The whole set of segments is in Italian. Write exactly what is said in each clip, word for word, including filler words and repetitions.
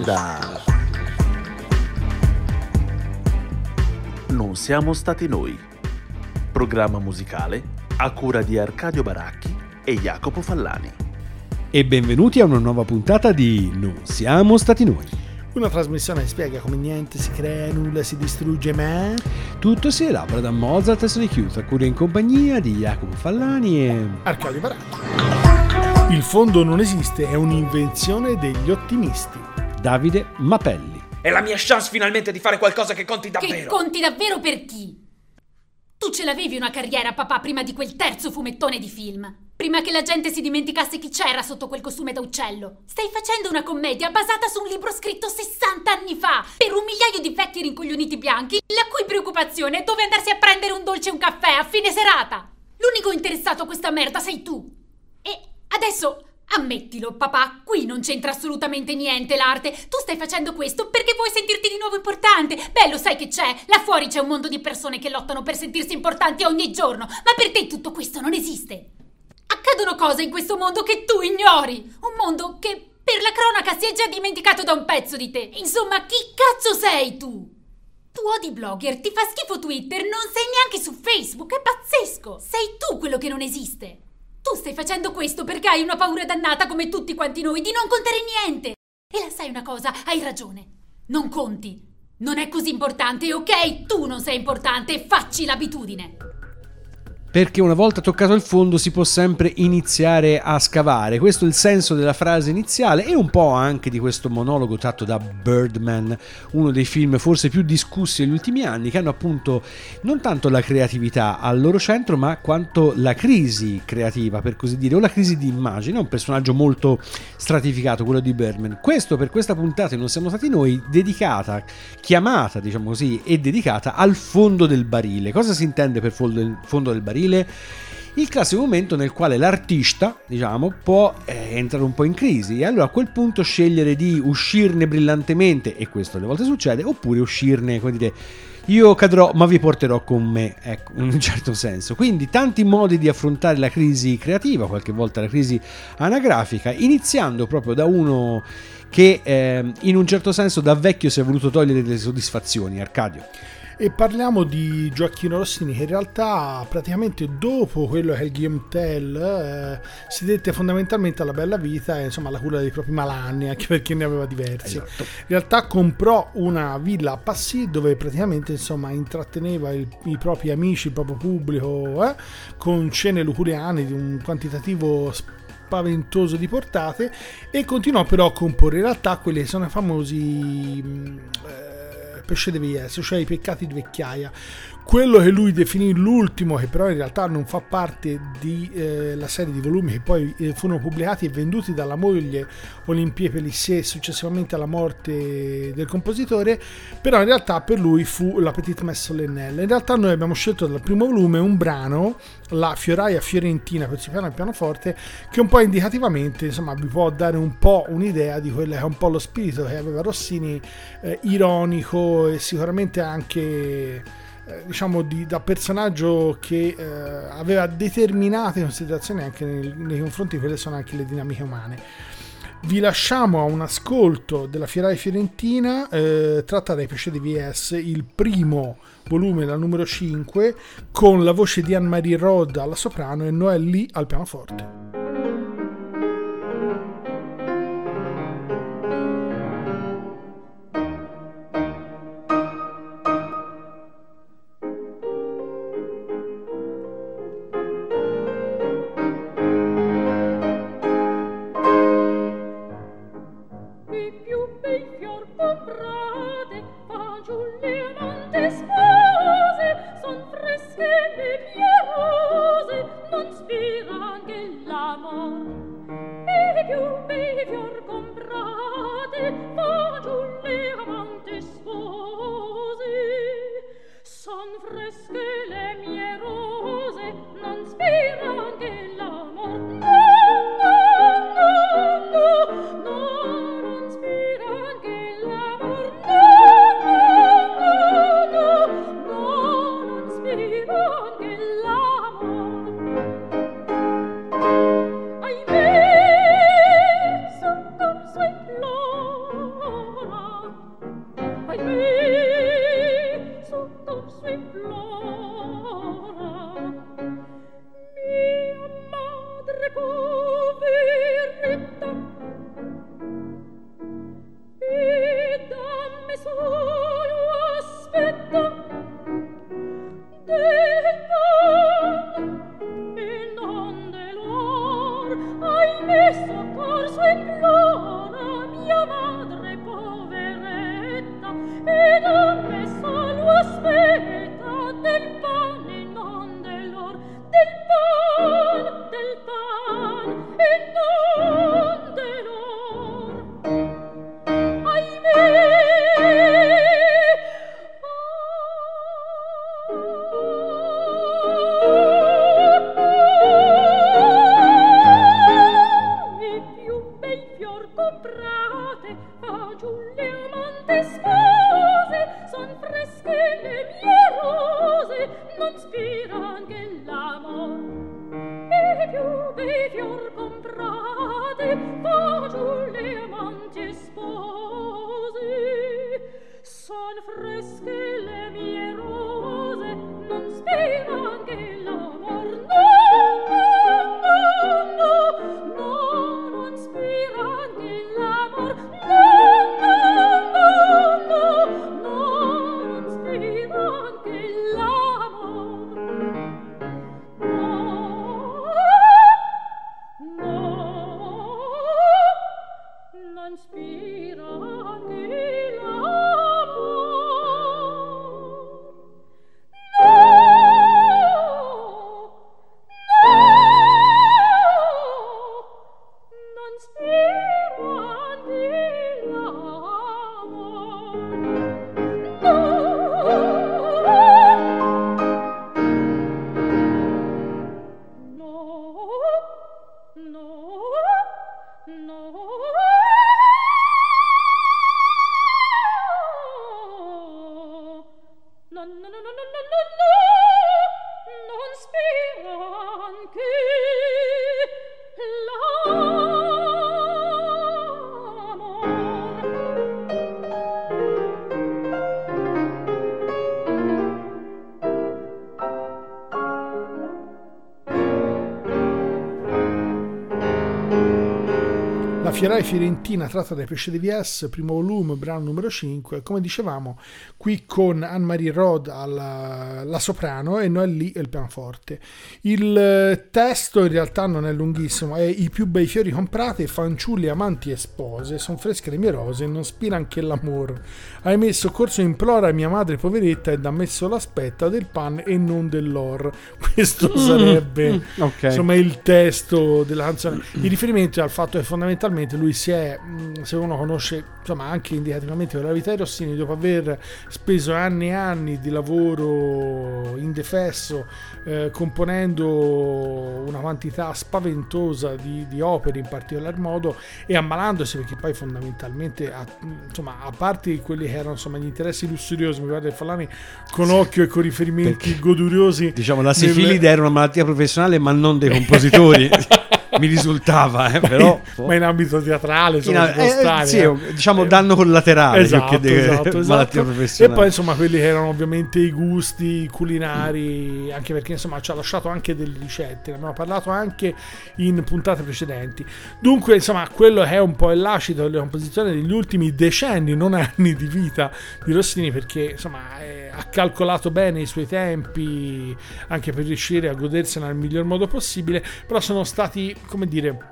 onda. Non siamo stati noi. Programma musicale a cura di Arcadio Baracchi e Jacopo Fallani. E benvenuti a una nuova puntata di Non siamo stati noi. Una trasmissione che spiega come niente si crea, nulla si distrugge, ma tutto si elabora da Mozart e Sonic Youth, a cura in compagnia di Jacopo Fallani e Arcadio Baracchi. Il fondo non esiste, è un'invenzione degli ottimisti. Davide Mapelli. È la mia chance finalmente di fare qualcosa che conti davvero. Che conti davvero per chi? Tu ce l'avevi una carriera, papà, prima di quel terzo fumettone di film. Prima che la gente si dimenticasse chi c'era sotto quel costume da uccello. Stai facendo una commedia basata su un libro scritto sessanta anni fa per un migliaio di vecchi rincoglioniti bianchi, la cui preoccupazione è dove andarsi a prendere un dolce e un caffè a fine serata. L'unico interessato a questa merda sei tu. E adesso... ammettilo, papà, qui non c'entra assolutamente niente l'arte. Tu stai facendo questo perché vuoi sentirti di nuovo importante. Beh, lo sai che c'è. Là fuori c'è un mondo di persone che lottano per sentirsi importanti ogni giorno. Ma per te tutto questo non esiste. Accadono cose in questo mondo che tu ignori. Un mondo che, per la cronaca, si è già dimenticato da un pezzo di te. Insomma, chi cazzo sei tu? Tu odi blogger, ti fa schifo Twitter, non sei neanche su Facebook. È pazzesco. Sei tu quello che non esiste. Tu stai facendo questo perché hai una paura dannata come tutti quanti noi di non contare niente. E la sai una cosa, hai ragione. Non conti. Non è così importante, ok? Tu non sei importante, facci l'abitudine. Perché una volta toccato il fondo si può sempre iniziare a scavare. Questo è il senso della frase iniziale e un po' anche di questo monologo tratto da Birdman, uno dei film forse più discussi negli ultimi anni, che hanno appunto non tanto la creatività al loro centro, ma quanto la crisi creativa, per così dire, o la crisi di immagine. È un personaggio molto stratificato, quello di Birdman. Questo per questa puntata Non siamo stati noi, dedicata, chiamata diciamo così, e dedicata al fondo del barile. Cosa si intende per fondo del barile? Il classico momento nel quale l'artista, diciamo, può eh, entrare un po' in crisi e allora a quel punto scegliere di uscirne brillantemente, e questo alle volte succede, oppure uscirne, come dire, io cadrò ma vi porterò con me, ecco, in un certo senso. Quindi tanti modi di affrontare la crisi creativa, qualche volta la crisi anagrafica, iniziando proprio da uno che eh, in un certo senso da vecchio si è voluto togliere delle soddisfazioni. Arcadio. E parliamo di Gioacchino Rossini, che in realtà praticamente dopo quello che è il Guillaume Tell eh, si dette fondamentalmente alla bella vita e insomma alla cura dei propri malanni, anche perché ne aveva diversi. Esatto. In realtà comprò una villa a Passy dove praticamente insomma intratteneva il, i propri amici, il proprio pubblico eh, con scene lucuriane di un quantitativo spaventoso di portate, e continuò però a comporre in realtà quelli che sono i famosi eh, Péché de vieillesse, cioè i peccati di vecchiaia, quello che lui definì l'ultimo, che però in realtà non fa parte di eh, la serie di volumi che poi eh, furono pubblicati e venduti dalla moglie Olympie Pélissier successivamente alla morte del compositore, però in realtà per lui fu La Petite Messe Solennelle. In realtà noi abbiamo scelto dal primo volume un brano, La Fioraia Fiorentina per suonare il pianoforte, che un po' indicativamente insomma vi può dare un po' un'idea di quello che è un po' lo spirito che aveva Rossini, eh, ironico e sicuramente anche diciamo di, da personaggio che eh, aveva determinate considerazioni anche nei, nei confronti di quelle sono anche le dinamiche umane. Vi lasciamo a un ascolto della Fioraia Fiorentina eh, tratta dai Péché de vieillesse, il primo volume, dal numero cinque, con la voce di Anne-Marie Rode alla soprano e Noël Lee al pianoforte. del pan e non dell'or, del pan, del pan e non dell'or. Ahimè, i più bei fior comprate, fagiù le amante spose, son fresche le mie rose, non spiran che l'amor. I più bei fior comprate, fagiù le amanti spose, son fresche le mie rose, non spiran che l'amor. No, no, no, no, no, non spiran che l'amor. No, no, no, no, no, non spiran che l'amor. No, no, non spiran che l'amor. No, no, non spiran che l'amor. No, no, no, no, no, no, no, no, no, no, no, non spiran che La Fieraia Fiorentina, tratta dai Pesce di V S, primo volume, brano numero cinque, come dicevamo, qui con Anne-Marie Rod alla la soprano e Noel Lee al pianoforte. Il testo in realtà non è lunghissimo, è i più bei fiori comprati, fanciulli, amanti e spose, son fresche le mie rose, non spira anche l'amor. Ahimè, soccorso implora mia madre poveretta ed ha messo l'aspetta del pan e non dell'or. Questo sarebbe mm, okay. insomma il testo della canzone. Il riferimento è al fatto che fondamentalmente lui si è, se uno conosce insomma anche indicativamente la vita di Rossini, dopo aver speso anni e anni di lavoro indefesso eh, componendo una quantità spaventosa di, di opere in particolar modo e ammalandosi, perché poi fondamentalmente a, insomma a parte quelli che erano insomma gli interessi lussuriosi, mi guarda Fallani con occhio e con riferimenti perché, goduriosi, diciamo la sifilide nel... era una malattia professionale ma non dei compositori. Mi risultava, eh, però ma in ambito teatrale insomma, in, si può eh, stare, sì, eh. diciamo danno collaterale esatto, che esatto, malattia esatto. professionale. E poi insomma quelli che erano ovviamente i gusti culinari, anche perché insomma ci ha lasciato anche delle ricette, ne abbiamo parlato anche in puntate precedenti. Dunque insomma quello che è un po' l'acido delle composizioni degli ultimi decenni, non anni di vita di Rossini, perché insomma eh, ha calcolato bene i suoi tempi anche per riuscire a godersene nel miglior modo possibile, però sono stati, come dire,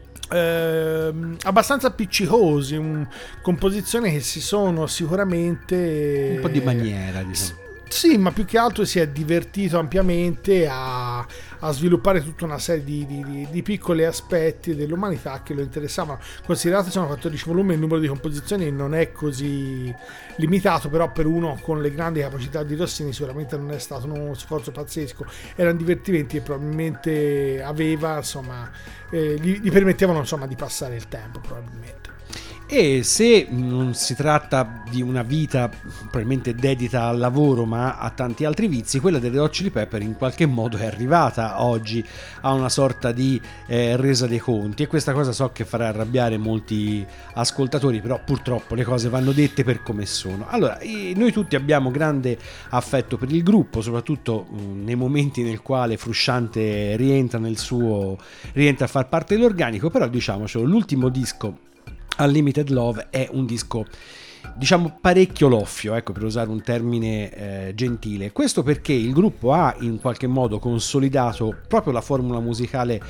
eh, abbastanza appiccicosi, un, composizioni che si sono sicuramente un po' di maniera, diciamo. Sì, ma più che altro si è divertito ampiamente a, a sviluppare tutta una serie di, di, di, di piccoli aspetti dell'umanità che lo interessavano. Considerate sono quattordici volumi, il numero di composizioni non è così limitato, però per uno con le grandi capacità di Rossini sicuramente non è stato uno sforzo pazzesco. Erano divertimenti e probabilmente aveva, insomma, eh, gli, gli permettevano insomma di passare il tempo probabilmente. E se non si tratta di una vita probabilmente dedita al lavoro ma a tanti altri vizi, quella delle Red Hot Chili Pepper in qualche modo è arrivata oggi a una sorta di eh, resa dei conti, e questa cosa so che farà arrabbiare molti ascoltatori, però purtroppo le cose vanno dette per come sono. Allora, noi tutti abbiamo grande affetto per il gruppo, soprattutto mh, nei momenti nel quale Frusciante rientra nel suo rientra a far parte dell'organico, però diciamocelo, l'ultimo disco Unlimited Love è un disco, diciamo, parecchio loffio, ecco, per usare un termine eh, gentile. Questo perché il gruppo ha in qualche modo consolidato proprio la formula musicale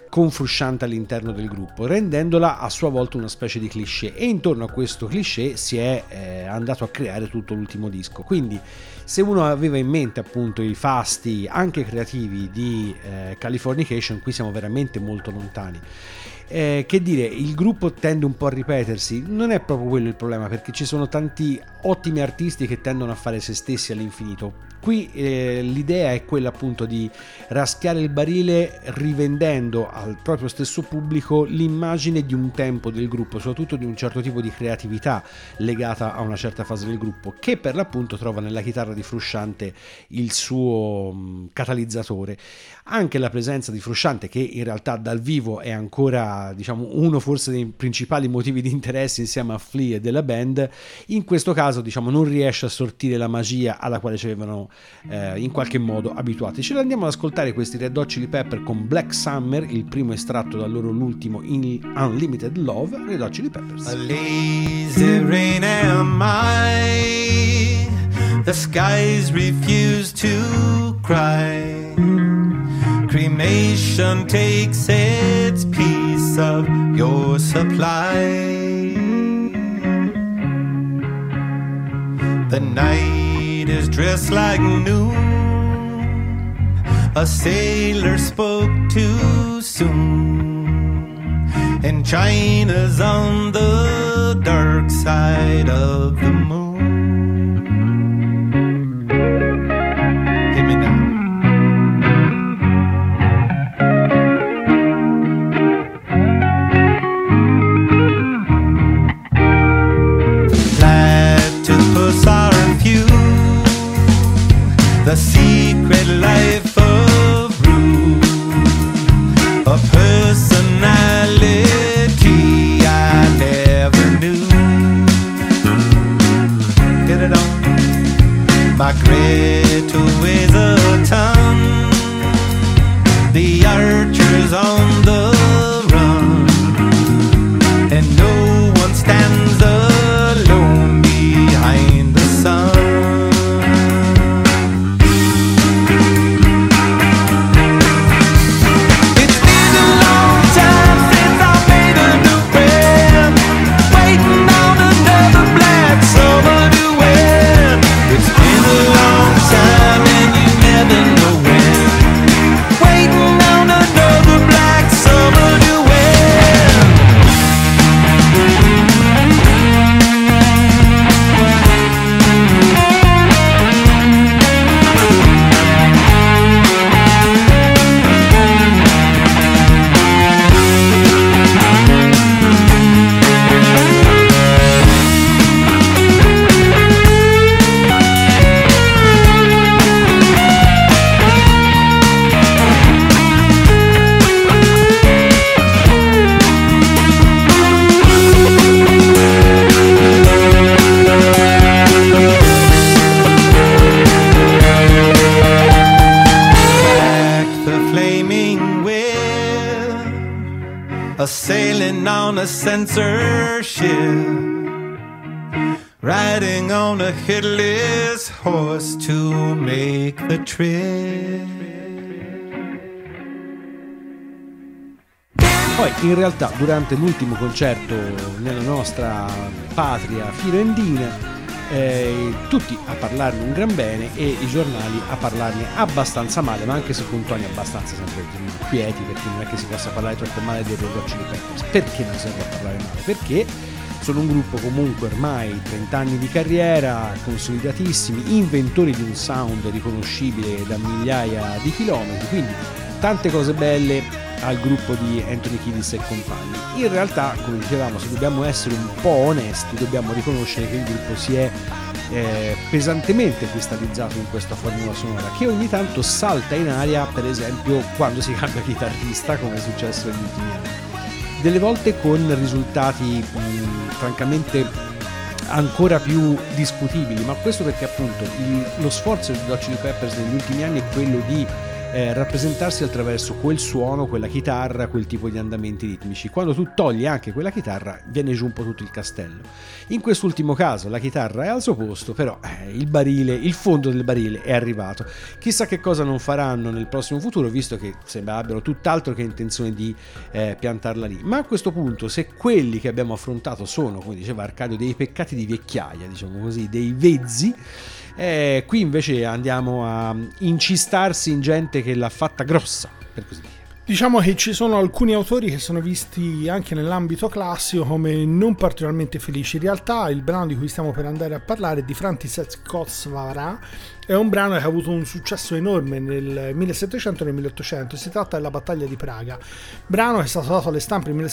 con Frusciante all'interno del gruppo, rendendola a sua volta una specie di cliché, e intorno a questo cliché si è eh, andato a creare tutto l'ultimo disco. Quindi se uno aveva in mente appunto i fasti anche creativi di eh, Californication, qui siamo veramente molto lontani. Eh, che dire, il gruppo tende un po' a ripetersi, non è proprio quello il problema, perché ci sono tanti ottimi artisti che tendono a fare se stessi all'infinito. Qui eh, l'idea è quella appunto di raschiare il barile rivendendo al proprio stesso pubblico l'immagine di un tempo del gruppo, soprattutto di un certo tipo di creatività legata a una certa fase del gruppo, che per l'appunto trova nella chitarra di Frusciante il suo mh, catalizzatore. Anche la presenza di Frusciante, che in realtà dal vivo è ancora, diciamo, uno forse dei principali motivi di interesse insieme a Flea e della band, in questo caso, diciamo, non riesce a sortire la magia alla quale ci avevano eh, in qualche modo abituati. Ce lo andiamo ad ascoltare questi Red Hot Chili Pepper con Black Summer, il primo estratto da loro, l'ultimo, in Unlimited Love, Red Hot Chili Peppers. A lazy rain am I, the skies refuse to cry. Cremation takes its piece of your supply. The night is dressed like noon. A sailor spoke too soon. And China's on the dark side of the moon. Hit me now. The secret life of Rue, a personality I never knew. Get it on. My Greta weighs a ton. The archer's on the run, and no one stands alone behind the sun. Sailing on a censorship, riding on a headless horse to make the trip. Poi in realtà durante l'ultimo concerto nella nostra patria firendina, Eh, tutti a parlarne un gran bene e i giornali a parlarne abbastanza male, ma anche se con toni abbastanza sempre quieti, perché non è che si possa parlare troppo male dei Red Hot Chili Peppers. Perché non serve a parlare male? Perché sono un gruppo comunque ormai trenta anni di carriera, consolidatissimi, inventori di un sound riconoscibile da migliaia di chilometri, quindi tante cose belle al gruppo di Anthony Kiedis e compagni. In realtà, come dicevamo, se dobbiamo essere un po' onesti, dobbiamo riconoscere che il gruppo si è eh, pesantemente cristallizzato in questa formula sonora, che ogni tanto salta in aria, per esempio quando si cambia chitarrista, come è successo negli ultimi anni, delle volte con risultati mh, francamente ancora più discutibili, ma questo perché appunto il, lo sforzo di Red Hot Chili Peppers negli ultimi anni è quello di eh, rappresentarsi attraverso quel suono, quella chitarra, quel tipo di andamenti ritmici. Quando tu togli anche quella chitarra viene giù un po' tutto il castello. In quest'ultimo caso la chitarra è al suo posto, però eh, il barile, il fondo del barile è arrivato. Chissà che cosa non faranno nel prossimo futuro, visto che sembra abbiano tutt'altro che intenzione di eh, piantarla lì. Ma a questo punto, se quelli che abbiamo affrontato sono, come diceva Arcadio, dei peccati di vecchiaia, diciamo così, dei vezzi, eh, qui invece andiamo a incistarsi in gente che l'ha fatta grossa, per così dire. Diciamo che ci sono alcuni autori che sono visti anche nell'ambito classico come non particolarmente felici. In realtà il brano di cui stiamo per andare a parlare, di František Kosvara, è un brano che ha avuto un successo enorme nel millesettecento e nel milleottocento. Si tratta della Battaglia di Praga, brano che è stato dato alle stampe nel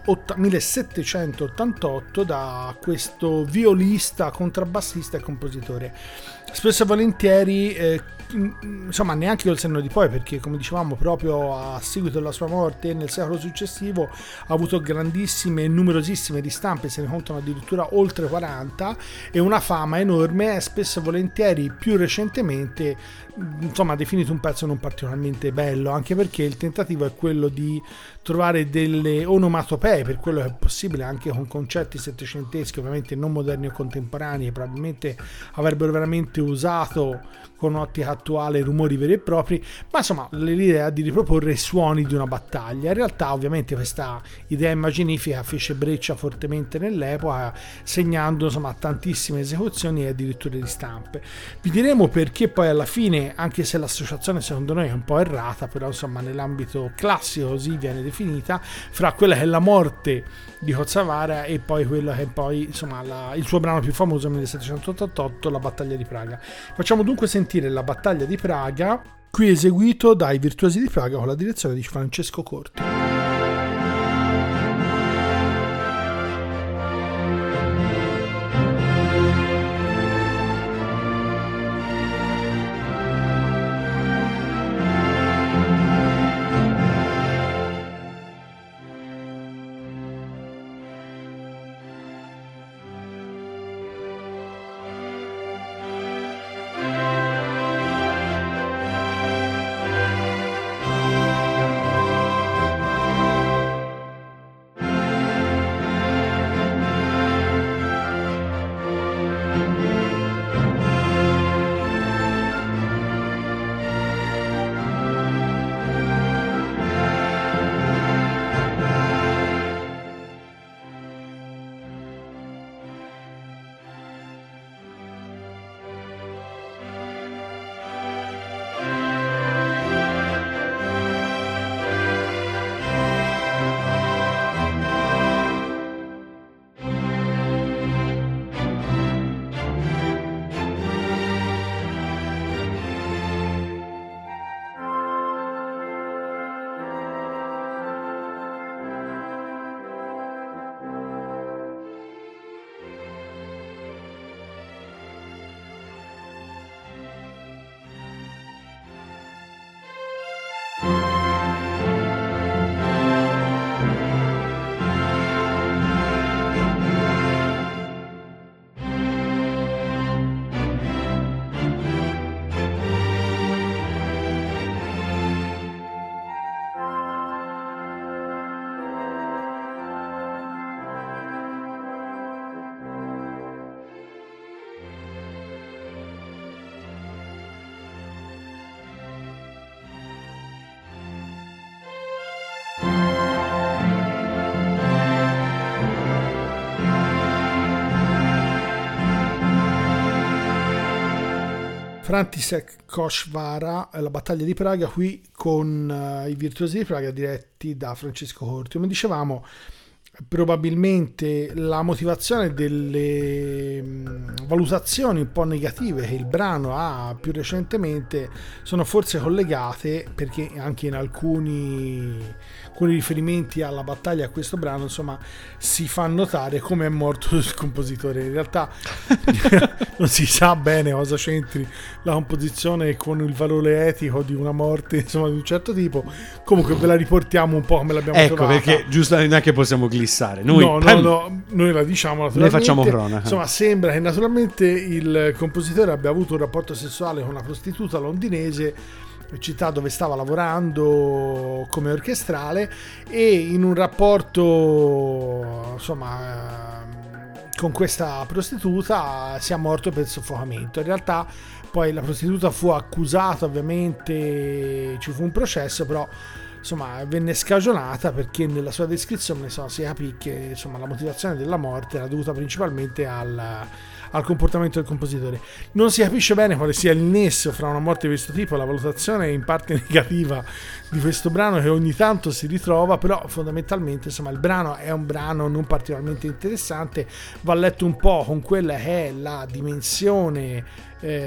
millesettecentottantotto da questo violista, contrabbassista e compositore. Spesso e volentieri eh, insomma neanche col senno di poi, perché come dicevamo proprio a seguito della sua morte nel secolo successivo ha avuto grandissime e numerosissime ristampe, se ne contano addirittura oltre quaranta, e una fama enorme, e spesso e volentieri più recentemente insomma definito un pezzo non particolarmente bello, anche perché il tentativo è quello di trovare delle onomatopee, per quello che è possibile, anche con concetti settecenteschi, ovviamente non moderni o contemporanei, probabilmente avrebbero veramente usato con ottica attuale rumori veri e propri, ma insomma l'idea di riproporre i suoni di una battaglia. In realtà ovviamente questa idea immaginifica fece breccia fortemente nell'epoca, segnando insomma tantissime esecuzioni e addirittura ristampe. Vi diremo perché poi alla fine, anche se l'associazione secondo noi è un po' errata, però insomma nell'ambito classico così viene definita, fra quella che è la morte di Kosvara e poi quello che è poi insomma la, il suo brano più famoso millesettecentottantotto, la Battaglia di Praga. Facciamo dunque sentire la Battaglia di Praga, qui eseguito dai Virtuosi di Praga con la direzione di Francesco Corti. František Kosvara, la Battaglia di Praga, qui con uh, i Virtuosi di Praga diretti da Francesco Corti. Come dicevamo, probabilmente la motivazione delle mh, valutazioni un po' negative che il brano ha più recentemente sono forse collegate, perché anche in alcuni, alcuni riferimenti alla battaglia, a questo brano, insomma, si fa notare come è morto il compositore. In realtà non si sa bene cosa c'entri la composizione con il valore etico di una morte, insomma, di un certo tipo. Comunque ve la riportiamo un po' come l'abbiamo ecco, trovata. Perché giustamente non è che possiamo glissare. Noi, no, no, no, noi la diciamo naturalmente. Noi facciamo cronaca. Insomma, sembra che naturalmente il compositore abbia avuto un rapporto sessuale con una prostituta londinese città dove stava lavorando come orchestrale, e in un rapporto insomma con questa prostituta sia morto per soffocamento. In realtà poi la prostituta fu accusata, ovviamente ci fu un processo, però insomma venne scagionata perché nella sua descrizione insomma, si capì che insomma, la motivazione della morte era dovuta principalmente al, al comportamento del compositore. Non si capisce bene quale sia il nesso fra una morte di questo tipo e la valutazione in parte negativa di questo brano, che ogni tanto si ritrova, però fondamentalmente insomma il brano è un brano non particolarmente interessante, va letto un po' con quella che è la dimensione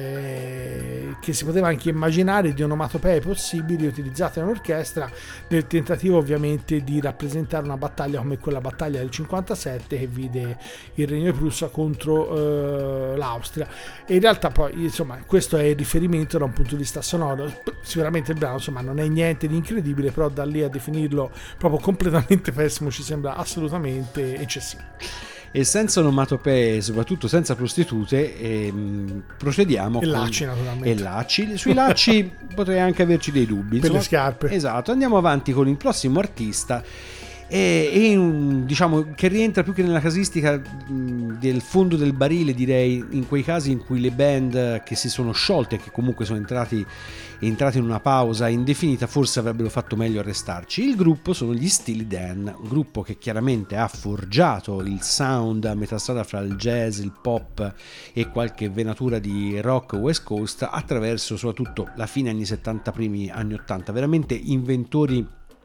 Eh, che si poteva anche immaginare di onomatopee possibili utilizzate in orchestra, nel tentativo ovviamente di rappresentare una battaglia come quella battaglia del cinquantasette che vide il Regno di Prussia contro eh, l'Austria. E in realtà poi insomma questo è il riferimento da un punto di vista sonoro. Sicuramente il brano insomma non è niente di incredibile, però da lì a definirlo proprio completamente pessimo ci sembra assolutamente eccessivo. E senza onomatopee, soprattutto senza prostitute, ehm, procediamo e con... lacci naturalmente e lacci. Sui lacci potrei anche averci dei dubbi, per insomma. le scarpe. Esatto, andiamo avanti con il prossimo artista, e, e un, diciamo che rientra più che nella casistica mh, del fondo del barile, direi, in quei casi in cui le band che si sono sciolte, che comunque sono entrati entrati in una pausa indefinita, forse avrebbero fatto meglio a restarci. Il gruppo sono gli Steely Dan, un gruppo che chiaramente ha forgiato il sound a metà strada fra il jazz, il pop e qualche venatura di rock West Coast attraverso soprattutto la fine anni settanta, primi anni ottanta, veramente inventori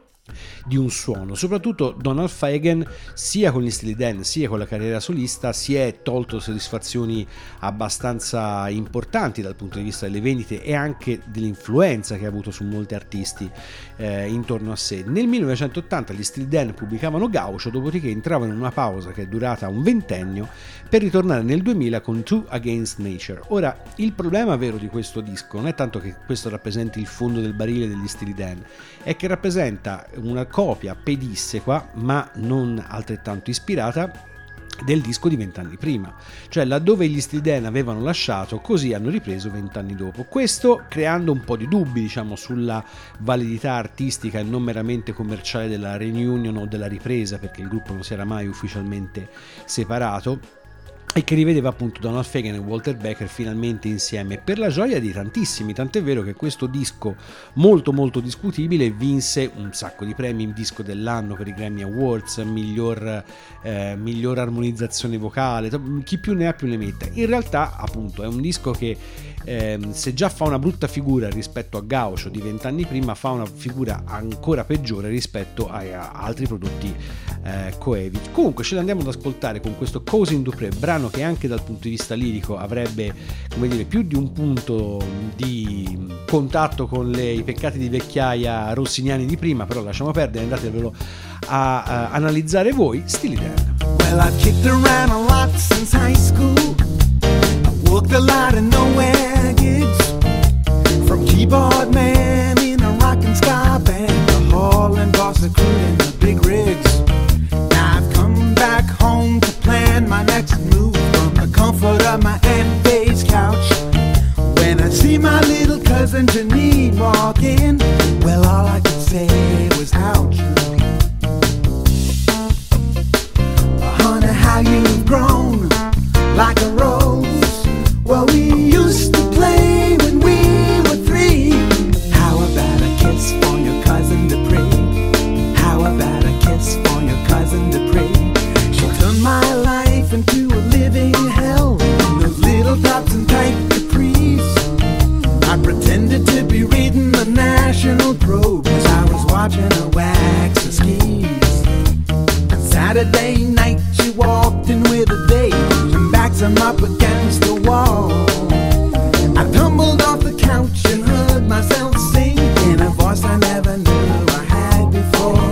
di un suono. Soprattutto Donald Fagen, sia con gli Steely Dan sia con la carriera solista, si è tolto soddisfazioni abbastanza importanti dal punto di vista delle vendite e anche dell'influenza che ha avuto su molti artisti eh, intorno a sé. Nel millenovecentottanta gli Steely Dan pubblicavano Gaucho, dopodiché entravano in una pausa che è durata un ventennio per ritornare nel duemila con Two Against Nature. Ora, il problema vero di questo disco non è tanto che questo rappresenti il fondo del barile degli Steely Dan, è che rappresenta una copia pedissequa, ma non altrettanto ispirata, del disco di vent'anni prima, cioè laddove gli Steely Dan avevano lasciato, così hanno ripreso vent'anni dopo. Questo creando un po' di dubbi, diciamo, sulla validità artistica e non meramente commerciale della reunion o della ripresa, perché il gruppo non si era mai ufficialmente separato, e che rivedeva appunto Donald Fagen e Walter Becker finalmente insieme, per la gioia di tantissimi, tant'è vero che questo disco molto molto discutibile vinse un sacco di premi, disco dell'anno per i Grammy Awards, miglior, eh, miglior armonizzazione vocale, chi più ne ha più ne metta. In realtà appunto è un disco che eh, se già fa una brutta figura rispetto a Gaucho di vent'anni prima, fa una figura ancora peggiore rispetto a, a altri prodotti eh, coevi. Comunque ce l'andiamo ad ascoltare con questo Cousin Dupree, brano che anche dal punto di vista lirico avrebbe, come dire, più di un punto di contatto con le, i peccati di vecchiaia rossiniani di prima, però lasciamo perdere, andatevelo a, a analizzare voi. Steely Dan. Well, I've kicked around a lot since high school. I've worked a lot of nowhere gigs, from keyboard man in a rockin' ska band to hall and boss a crew in the big rigs. Now I've come back home to plan my next move from the comfort of my Aunt Bay's couch. When I see my little cousin Janine walk in, well, all I could say was ouch. Honey, how you've grown like a rose. Well, we used to play when we were three. How about a kiss for your cousin Dupree? How about a kiss for your cousin Dupree? She turned my life into a living hell in those little tops and tight capris. I pretended to be reading the National Probe as I was watching her wax her skis. On Saturday night she walked in with a date and backed him up against the wall. I tumbled off the couch and heard myself sing in a voice I never knew I had before.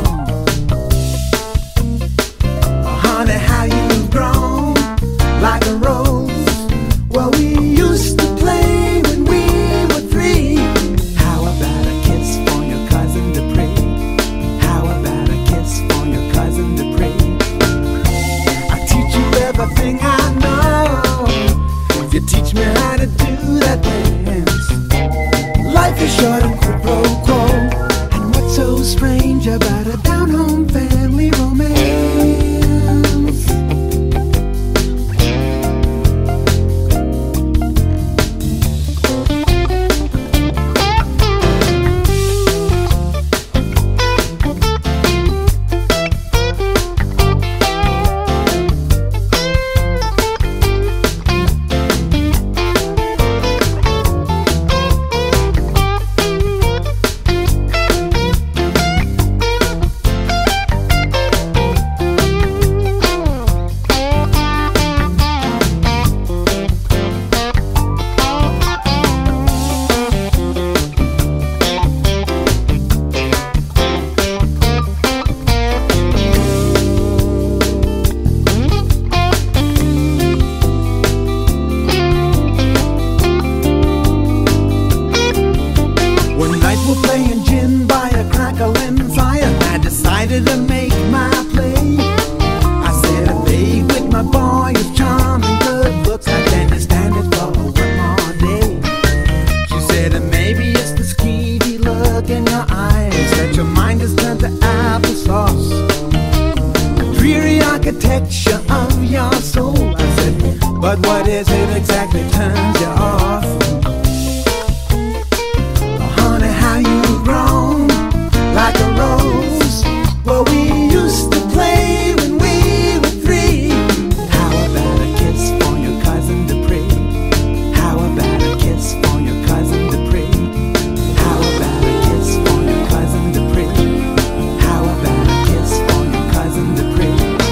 Oh, honey, how you've grown like a rose. Well, we used to play when we were three. How about a kiss for your cousin Dupree? How about a kiss for your cousin Dupree? I teach you everything I know if you teach me how to do that dance. look in your eyes that your mind has turned to applesauce. Dreary architecture of your soul, I said, but what is it exactly turns you off? Oh, honey, how you've grown like a rose. Well, we used to play when we were three. How about a kiss for your cousin Dupree? How about a kiss for your cousin Dupree? How about a kiss for your cousin Dupree? How about a kiss for your cousin Dupree?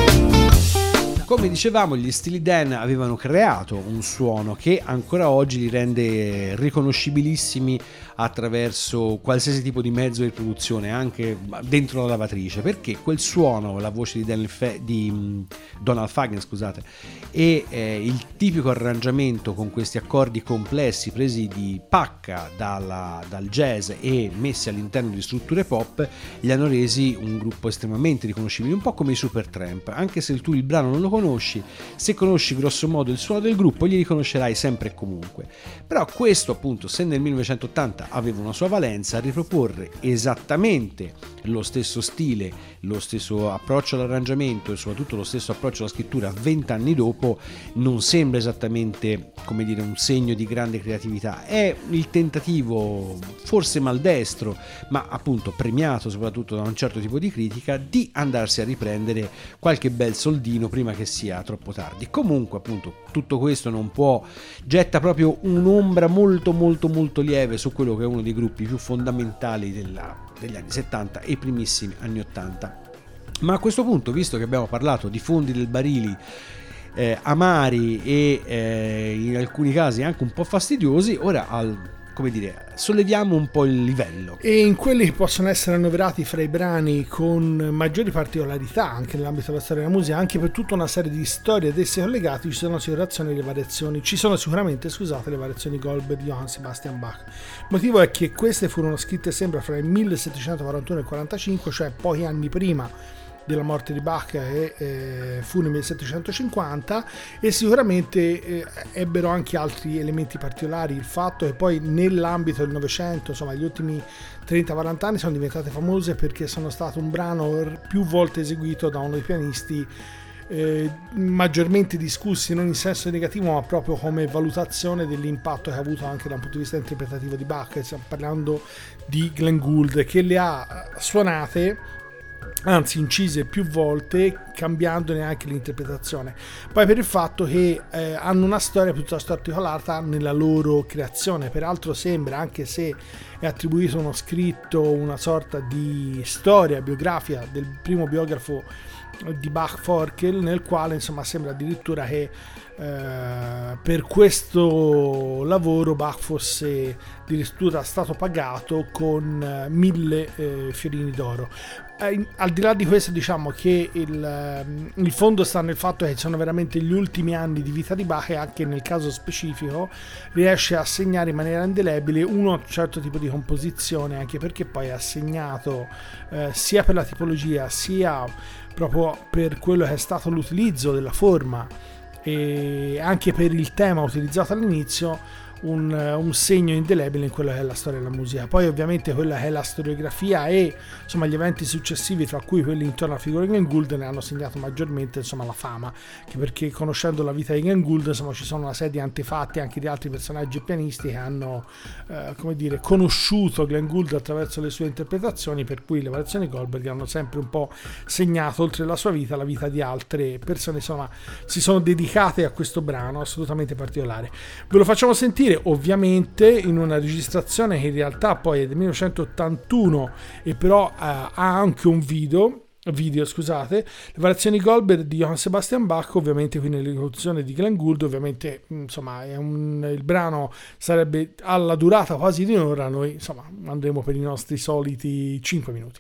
Come dicevamo, gli Steely Dan avevano creato un suono che ancora oggi li rende riconoscibilissimi attraverso qualsiasi tipo di mezzo di produzione, anche dentro la lavatrice, perché quel suono, la voce di, Daniel Fe- di Donald Fagen, scusate, e eh, il tipico arrangiamento con questi accordi complessi presi di pacca dalla, dal jazz e messi all'interno di strutture pop, li hanno resi un gruppo estremamente riconoscibile, un po' come i Supertramp. Anche se tu il brano non lo conosci, se conosci grosso modo il suono del gruppo, li riconoscerai sempre e comunque. Però questo, appunto, se nel millenovecentottanta aveva una sua valenza, riproporre esattamente lo stesso stile, lo stesso approccio all'arrangiamento e soprattutto lo stesso approccio alla scrittura vent'anni dopo non sembra esattamente, come dire, un segno di grande creatività. È il tentativo, forse maldestro, ma appunto premiato soprattutto da un certo tipo di critica, di andarsi a riprendere qualche bel soldino prima che sia troppo tardi. Comunque, appunto, tutto questo non può, getta proprio un'ombra molto molto molto lieve su quello che è uno dei gruppi più fondamentali della, degli anni settanta e primissimi anni ottanta. Ma a questo punto, visto che abbiamo parlato di fondi del barili eh, amari e eh, in alcuni casi anche un po' fastidiosi, ora al come dire, solleviamo un po' il livello. E in quelli che possono essere annoverati fra i brani con maggiori particolarità anche nell'ambito della storia della musica, anche per tutta una serie di storie ad esse collegate, ci sono sicuramente le variazioni, ci sono sicuramente, scusate, le variazioni Goldberg di Johann Sebastian Bach. Il motivo è che queste furono scritte sempre fra il millesettecentoquarantuno e il quarantacinque, cioè pochi anni prima della morte di Bach, che eh, fu nel millesettecentocinquanta, e sicuramente eh, ebbero anche altri elementi particolari. Il fatto che poi nell'ambito del Novecento, insomma gli ultimi trenta quaranta anni, sono diventate famose perché sono stato un brano più volte eseguito da uno dei pianisti eh, maggiormente discussi, non in senso negativo ma proprio come valutazione dell'impatto che ha avuto anche da un punto di vista interpretativo di Bach. Stiamo parlando di Glenn Gould, che le ha suonate, anzi incise più volte, cambiandone anche l'interpretazione, poi per il fatto che eh, hanno una storia piuttosto articolata nella loro creazione. Peraltro sembra, anche se è attribuito uno scritto, una sorta di storia biografia del primo biografo di Bach, Forkel, nel quale insomma sembra addirittura che eh, per questo lavoro Bach fosse addirittura stato pagato con eh, mille eh, fiorini d'oro. Eh, al di là di questo, diciamo che il, il fondo sta nel fatto che sono veramente gli ultimi anni di vita di Bach, e anche nel caso specifico riesce a segnare in maniera indelebile un certo tipo di composizione, anche perché poi ha segnato eh, sia per la tipologia sia proprio per quello che è stato l'utilizzo della forma e anche per il tema utilizzato all'inizio, un, un segno indelebile in quello che è la storia della musica. Poi ovviamente quella che è la storiografia e insomma gli eventi successivi, tra cui quelli intorno alla figura di Glenn Gould, ne hanno segnato maggiormente insomma la fama, che perché conoscendo la vita di Glenn Gould insomma ci sono una serie di antefatti anche di altri personaggi e pianisti che hanno eh, come dire conosciuto Glenn Gould attraverso le sue interpretazioni, per cui le variazioni Goldberg hanno sempre un po' segnato, oltre la sua vita, la vita di altre persone, insomma si sono dedicate a questo brano assolutamente particolare. Ve lo facciamo sentire ovviamente in una registrazione che in realtà poi è del millenovecentottantuno e però uh, ha anche un video video scusate le variazioni Goldberg di Johann Sebastian Bach, ovviamente qui nell'esecuzione di Glenn Gould. Ovviamente insomma è un, il brano sarebbe alla durata quasi di un'ora, noi insomma andremo per i nostri soliti cinque minuti.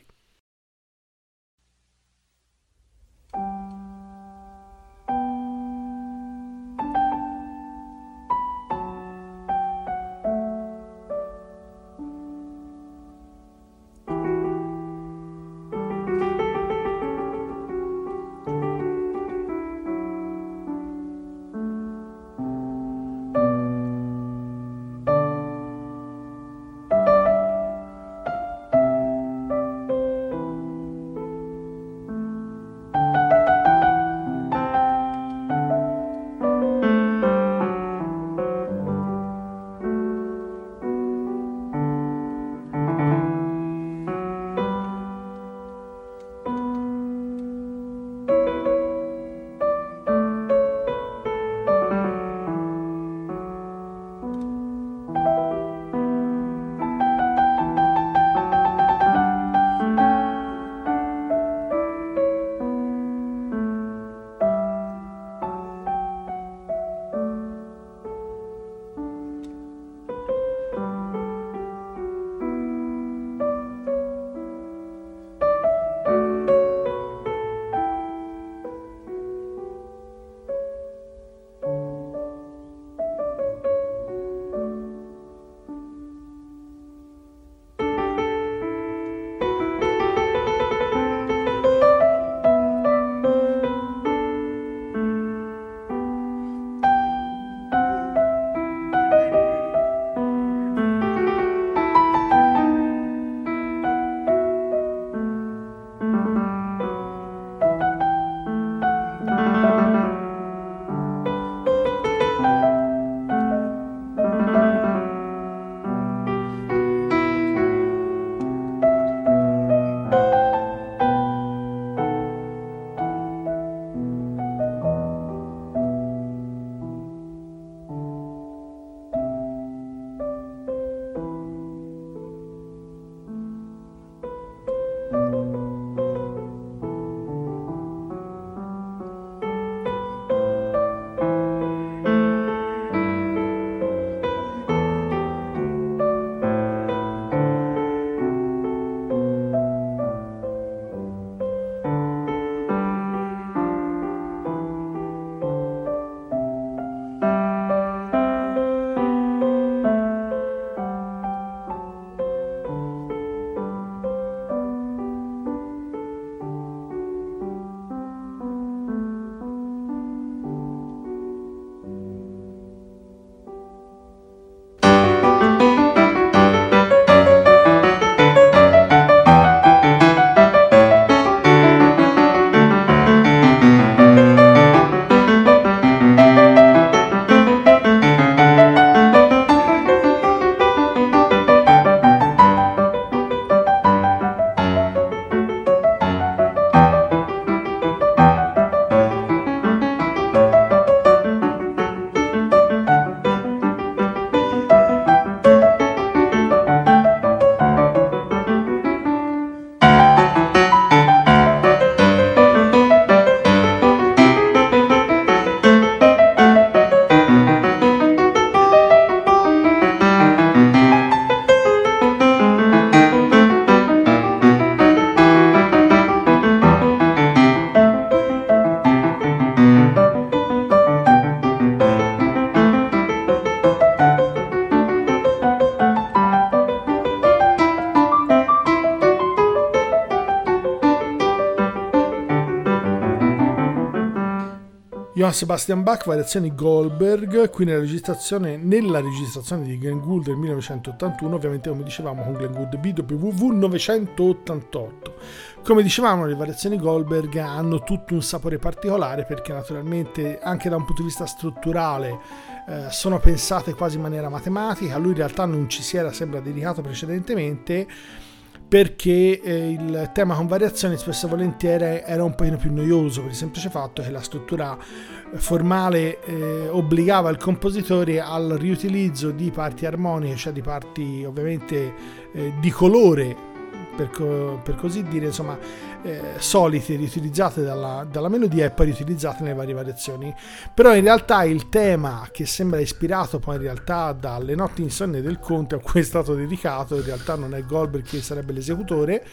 Johann Sebastian Bach, variazioni Goldberg, qui nella registrazione, nella registrazione di Glenn Gould del millenovecentottantuno, ovviamente come dicevamo con Glenn Gould B W V novecentottantotto. Come dicevamo, le variazioni Goldberg hanno tutto un sapore particolare perché naturalmente anche da un punto di vista strutturale eh, sono pensate quasi in maniera matematica. Lui in realtà non ci si era sembra dedicato precedentemente, perché eh, il tema con variazioni spesso e volentieri era un pochino più noioso, per il semplice fatto che la struttura formale eh, obbligava il compositore al riutilizzo di parti armoniche, cioè di parti ovviamente eh, di colore, per, co- per così dire, insomma, eh, solite, riutilizzate dalla, dalla melodia e poi riutilizzate nelle varie variazioni. Però in realtà il tema, che sembra ispirato poi in realtà dalle notti insonne del conte a cui è stato dedicato, in realtà non è Goldberg che sarebbe l'esecutore,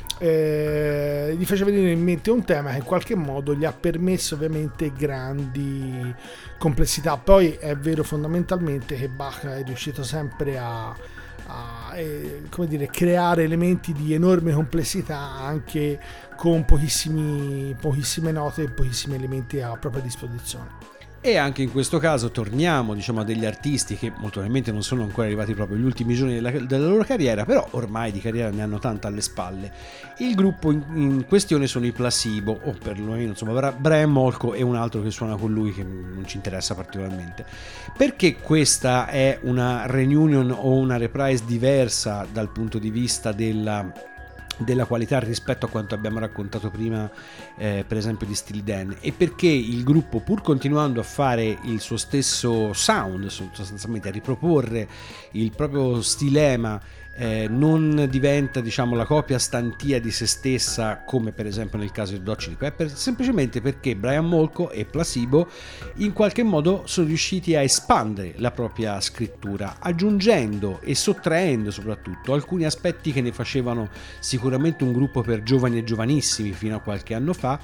eh, gli faceva venire in mente un tema che in qualche modo gli ha permesso ovviamente grandi complessità. Poi è vero fondamentalmente che Bach è riuscito sempre a a eh, come dire, creare elementi di enorme complessità anche con pochissimi, pochissime note e pochissimi elementi a propria disposizione. E anche in questo caso torniamo, diciamo, a degli artisti che molto probabilmente non sono ancora arrivati proprio agli ultimi giorni della, della loro carriera, però ormai di carriera ne hanno tanta alle spalle. Il gruppo in, in questione sono i Placebo, o perlomeno insomma Brian Molko e un altro che suona con lui che non ci interessa particolarmente. Perché questa è una reunion o una reprise diversa dal punto di vista della della qualità rispetto a quanto abbiamo raccontato prima, eh, per esempio di Steely Dan, e perché il gruppo, pur continuando a fare il suo stesso sound, sostanzialmente a riproporre il proprio stilema, eh, non diventa, diciamo, la copia stantia di se stessa, come per esempio nel caso di Red Hot Chili Peppers, semplicemente perché Brian Molko e Placebo in qualche modo sono riusciti a espandere la propria scrittura, aggiungendo e sottraendo soprattutto alcuni aspetti che ne facevano sicuramente un gruppo per giovani e giovanissimi fino a qualche anno fa,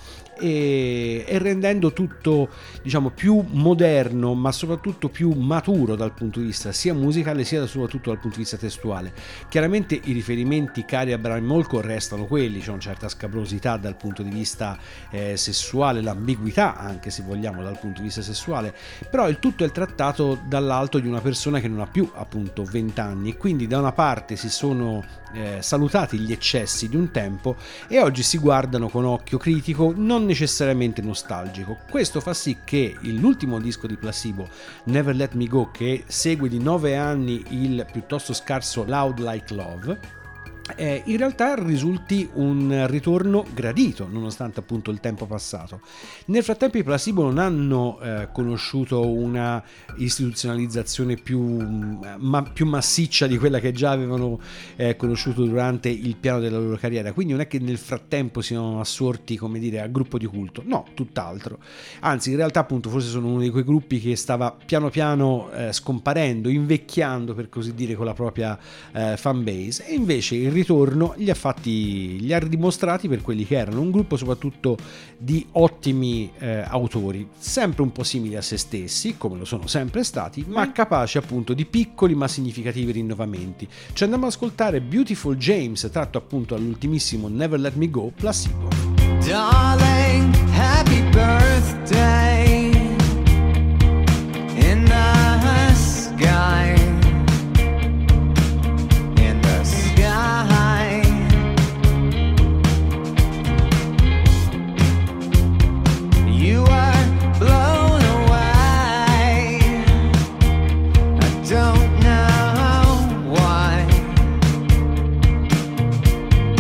e, e rendendo tutto, diciamo, più moderno, ma soprattutto più maturo dal punto di vista sia musicale sia soprattutto dal punto di vista testuale. Chiaramente i riferimenti cari a Brian Molko restano quelli, c'è una certa scabrosità dal punto di vista eh, sessuale, l'ambiguità anche se vogliamo dal punto di vista sessuale, però il tutto è trattato dall'alto di una persona che non ha più appunto venti anni, e quindi da una parte si sono eh, salutati gli eccessi di un tempo e oggi si guardano con occhio critico, non necessariamente nostalgico. Questo fa sì che l'ultimo disco di Placebo, Never Let Me Go, che segue di nove anni il piuttosto scarso Loud Like Love, Eh, in realtà risulti un ritorno gradito nonostante appunto il tempo passato. Nel frattempo i Placebo non hanno eh, conosciuto una istituzionalizzazione più, ma, più massiccia di quella che già avevano eh, conosciuto durante il piano della loro carriera, quindi non è che nel frattempo siano assorti, come dire, a gruppo di culto, no, tutt'altro, anzi in realtà appunto forse sono uno di quei gruppi che stava piano piano eh, scomparendo, invecchiando per così dire con la propria eh, fanbase, e invece il ritorno li ha fatti, li ha dimostrati per quelli che erano, un gruppo soprattutto di ottimi eh, autori, sempre un po' simili a se stessi, come lo sono sempre stati, ma capaci appunto di piccoli ma significativi rinnovamenti. Ci andiamo ad ascoltare Beautiful James, tratto appunto all'ultimissimo Never Let Me Go, Placebo. Darling, happy birthday in the sky.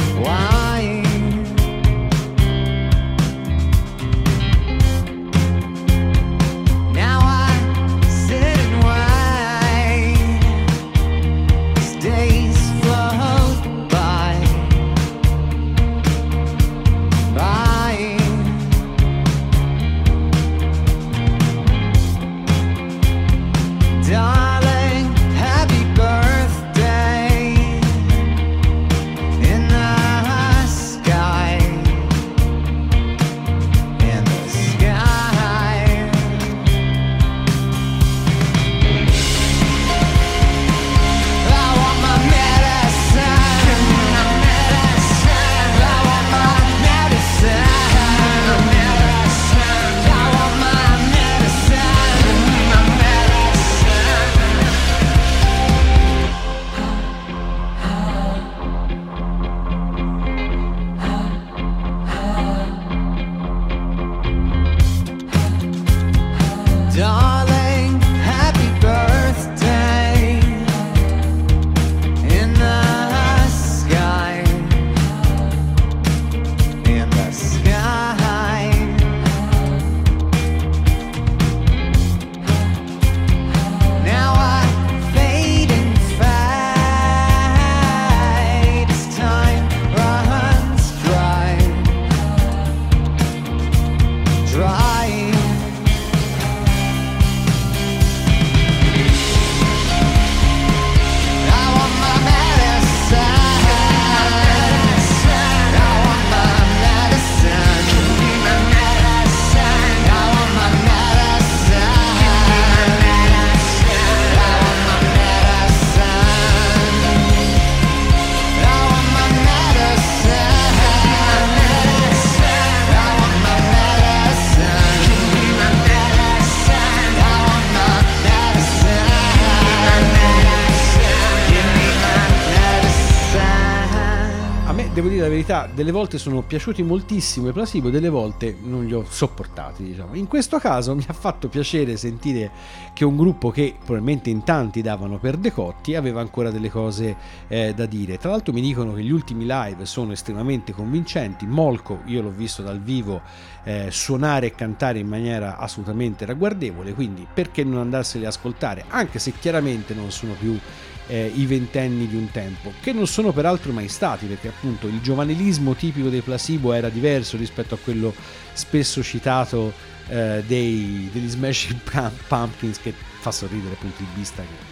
Why? devo dire la verità, delle volte sono piaciuti moltissimo ai Placebo, delle volte non li ho sopportati, diciamo. In questo caso mi ha fatto piacere sentire che un gruppo che probabilmente in tanti davano per decotti aveva ancora delle cose eh, da dire. Tra l'altro mi dicono che gli ultimi live sono estremamente convincenti. Molko, io l'ho visto dal vivo eh, suonare e cantare in maniera assolutamente ragguardevole, quindi perché non andarseli a ascoltare, anche se chiaramente non sono più Eh, i ventenni di un tempo, che non sono peraltro mai stati, perché appunto il giovanilismo tipico dei Placebo era diverso rispetto a quello spesso citato eh, dei, degli Smashing Pumpkins, che fa sorridere dal punto di vista che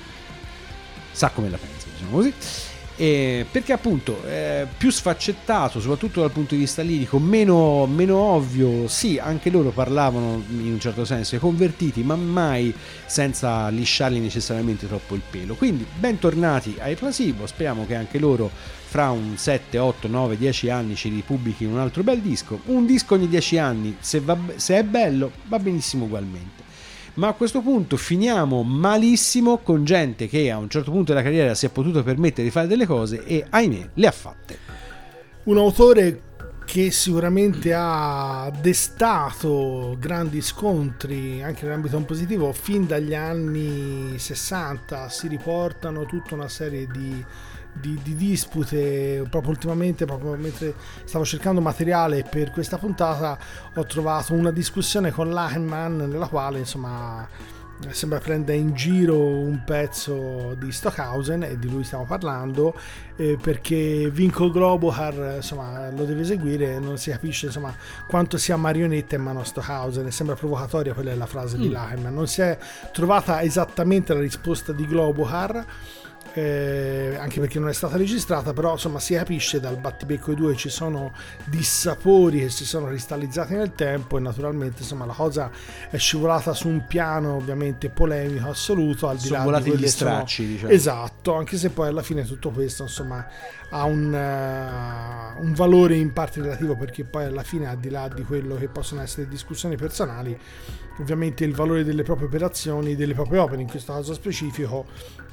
sa come la pensa, diciamo così. Eh, perché appunto eh, più sfaccettato, soprattutto dal punto di vista lirico, meno, meno ovvio. Sì, anche loro parlavano in un certo senso ai convertiti, ma mai senza lisciargli necessariamente troppo il pelo. Quindi bentornati ai Placebo, speriamo che anche loro fra un sette, otto, nove, dieci anni ci ripubblichino un altro bel disco. Un disco ogni dieci anni, se, va, se è bello, va benissimo ugualmente. Ma a questo punto finiamo malissimo con gente che a un certo punto della carriera si è potuto permettere di fare delle cose e ahimè le ha fatte. Un autore che sicuramente ha destato grandi scontri anche nell'ambito positivo fin dagli anni sessanta. Si riportano tutta una serie di Di, di dispute. Proprio ultimamente, proprio mentre stavo cercando materiale per questa puntata, ho trovato una discussione con Lachman nella quale insomma sembra prendere in giro un pezzo di Stockhausen, e di lui stiamo parlando, eh, perché Vinko Globohar insomma lo deve eseguire, non si capisce insomma quanto sia marionetta in mano a Stockhausen, e sembra provocatoria, quella è la frase mm. di Lachman. Non si è trovata esattamente la risposta di Globohar, Eh, anche perché non è stata registrata, però insomma si capisce dal battibecco i due ci sono dissapori che si sono cristallizzati nel tempo, e naturalmente insomma la cosa è scivolata su un piano ovviamente polemico assoluto, al di sono là volati di quelli gli stracci, sono... diciamo. Esatto, anche se poi alla fine tutto questo insomma ha un, uh, un valore in parte relativo, perché poi alla fine, al di là di quello che possono essere discussioni personali, ovviamente il valore delle proprie operazioni, delle proprie opere in questo caso specifico,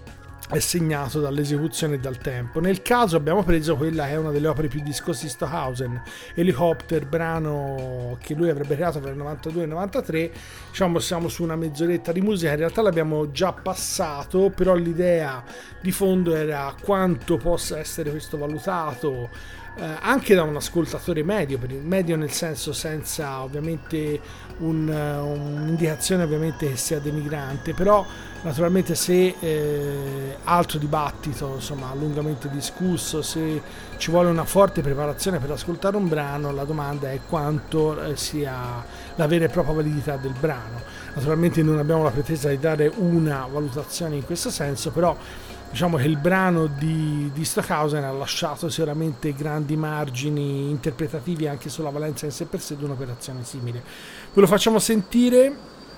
è segnato dall'esecuzione e dal tempo. Nel caso abbiamo preso quella che è una delle opere più discosse di Stockhausen, Helicopter, brano che lui avrebbe creato tra il novantadue e il novantatré. Diciamo siamo su una mezz'oretta di musica, in realtà l'abbiamo già passato, però l'idea di fondo era quanto possa essere questo valutato eh, anche da un ascoltatore medio, medio nel senso senza ovviamente un, un'indicazione ovviamente che sia denigrante, però naturalmente se eh, altro dibattito insomma lungamente discusso, se ci vuole una forte preparazione per ascoltare un brano, la domanda è quanto eh, sia la vera e propria validità del brano. Naturalmente non abbiamo la pretesa di dare una valutazione in questo senso, però diciamo che il brano di, di Stockhausen ha lasciato sicuramente grandi margini interpretativi anche sulla valenza in sé per sé di un'operazione simile. Ve lo facciamo sentire.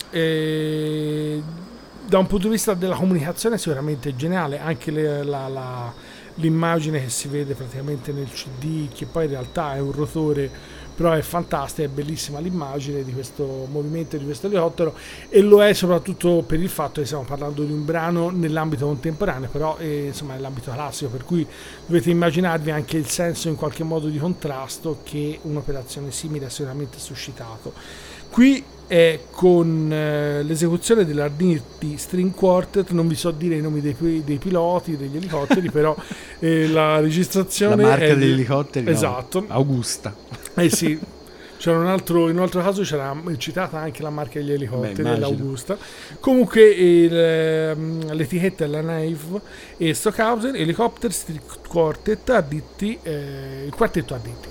eh, Da un punto di vista della comunicazione sicuramente geniale, anche le, la, la, l'immagine che si vede praticamente nel C D, che poi in realtà è un rotore, però è fantastica, è bellissima l'immagine di questo movimento, di questo elicottero, e lo è soprattutto per il fatto che stiamo parlando di un brano nell'ambito contemporaneo, però è, insomma, nell'ambito classico, per cui dovete immaginarvi anche il senso in qualche modo di contrasto che un'operazione simile ha sicuramente suscitato. Qui è con eh, l'esecuzione dell'Arditti String Quartet, non vi so dire i nomi dei, dei piloti degli elicotteri, però eh, la registrazione la marca è degli di... elicotteri, esatto, no, Augusta. Eh sì, c'era un altro, in un altro caso c'era citata anche la marca degli elicotteri, beh, l'Augusta. Comunque il, l'etichetta è la Nave e Stockhausen, Helicopter String Quartet, Arditti, eh, il quartetto Arditti.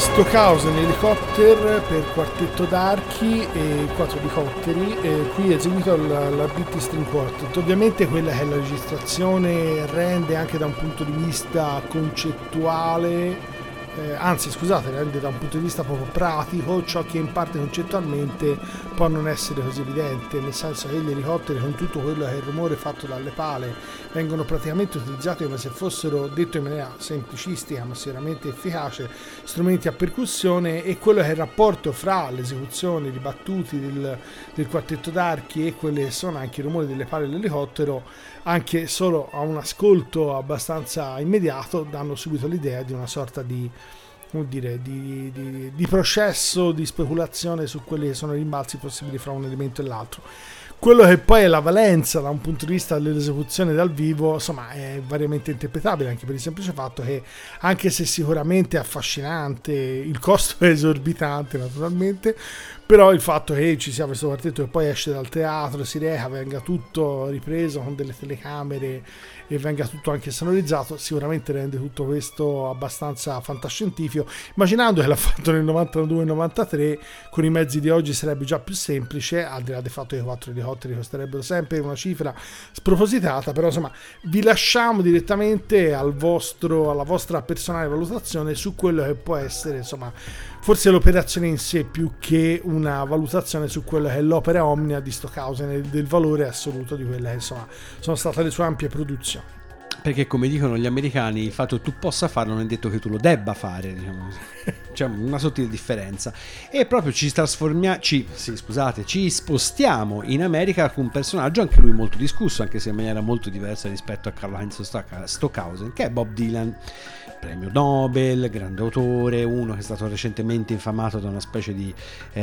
Stockhausen Helicopter per quartetto d'archi e quattro elicotteri, eh, qui eseguito l'Arbitri String Quartet. Ovviamente quella che è la registrazione rende anche da un punto di vista concettuale, eh, anzi scusate, rende da un punto di vista proprio pratico ciò che in parte concettualmente può non essere così evidente, nel senso che gli elicotteri, con tutto quello che è il rumore fatto dalle pale, vengono praticamente utilizzati come se fossero, detto in maniera semplicistica ma sicuramente efficace, strumenti a percussione, e quello che è il rapporto fra l'esecuzione, i battuti del, del quartetto d'archi e quelli che sono anche i rumori delle pale dell'elicottero, anche solo a un ascolto abbastanza immediato danno subito l'idea di una sorta di, come dire, di, di, di processo di speculazione su quelli che sono i rimbalzi possibili fra un elemento e l'altro. Quello che poi è la valenza da un punto di vista dell'esecuzione dal vivo, insomma, è variamente interpretabile, anche per il semplice fatto che, anche se sicuramente è affascinante, il costo è esorbitante naturalmente, però il fatto che ci sia questo quartetto che poi esce dal teatro, si reca, venga tutto ripreso con delle telecamere e venga tutto anche sonorizzato, sicuramente rende tutto questo abbastanza fantascientifico. Immaginando che l'ha fatto nel novantadue novantatré, con i mezzi di oggi sarebbe già più semplice, al di là del fatto che i quattro elicotteri costerebbero sempre una cifra spropositata, però insomma vi lasciamo direttamente al vostro, alla vostra personale valutazione su quello che può essere, insomma, forse l'operazione in sé più che una valutazione su quella che è l'opera omnia di Stockhausen e del valore assoluto di quelle che insomma sono state le sue ampie produzioni. Perché, come dicono gli americani, il fatto che tu possa farlo non è detto che tu lo debba fare, diciamo. C'è una sottile differenza. E proprio ci trasformiamo, ci, sì, scusate, ci spostiamo in America con un personaggio anche lui molto discusso, anche se in maniera molto diversa rispetto a Karl-Heinz Stockhausen, che è Bob Dylan. Premio Nobel, grande autore, uno che è stato recentemente infamato da una specie di